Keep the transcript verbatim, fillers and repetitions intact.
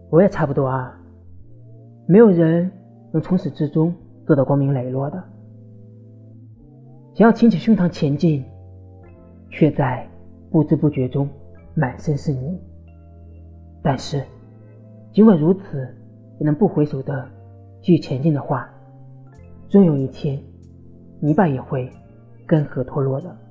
我也差不多啊，没有人能从始至终做到光明磊落的。想要挺起胸膛前进，却在不知不觉中满身是泥。但是尽管如此，也能不回首的继续前进的话，终有一天泥巴也会干涸脱落的。